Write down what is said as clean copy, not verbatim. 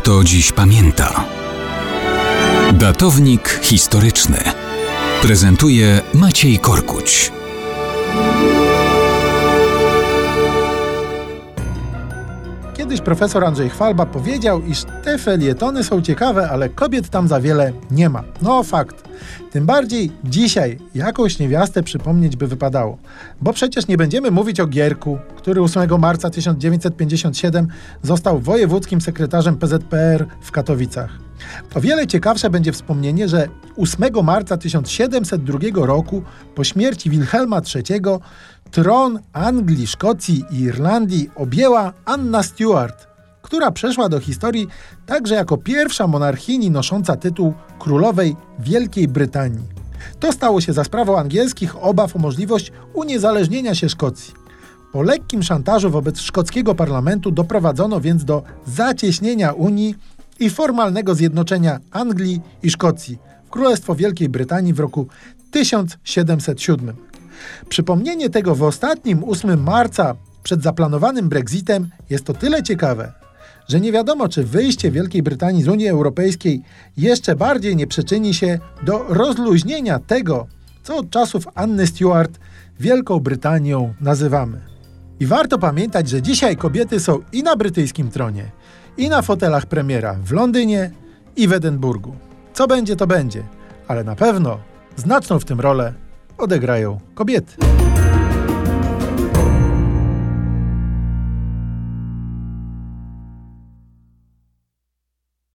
kto dziś pamięta. Datownik historyczny prezentuje Maciej Korkuć. Kiedyś profesor Andrzej Chwalba powiedział, iż te felietony są ciekawe, ale kobiet tam za wiele nie ma. No fakt. Tym bardziej dzisiaj jakąś niewiastę przypomnieć by wypadało. Bo przecież nie będziemy mówić o Gierku, który 8 marca 1957 został wojewódzkim sekretarzem PZPR w Katowicach. O wiele ciekawsze będzie wspomnienie, że 8 marca 1702 roku, po śmierci Wilhelma III, tron Anglii, Szkocji i Irlandii objęła Anna Stuart, która przeszła do historii także jako pierwsza monarchini nosząca tytuł królowej Wielkiej Brytanii. To stało się za sprawą angielskich obaw o możliwość uniezależnienia się Szkocji. Po lekkim szantażu wobec szkockiego parlamentu doprowadzono więc do zacieśnienia Unii i formalnego zjednoczenia Anglii i Szkocji w Królestwo Wielkiej Brytanii w roku 1707. Przypomnienie tego w ostatnim 8 marca przed zaplanowanym Brexitem jest to tyle ciekawe, że nie wiadomo, czy wyjście Wielkiej Brytanii z Unii Europejskiej jeszcze bardziej nie przyczyni się do rozluźnienia tego, co od czasów Anny Stuart Wielką Brytanią nazywamy. I warto pamiętać, że dzisiaj kobiety są i na brytyjskim tronie, i na fotelach premiera w Londynie i w Edynburgu. Co będzie, to będzie, ale na pewno znaczną w tym rolę odegrają kobiety.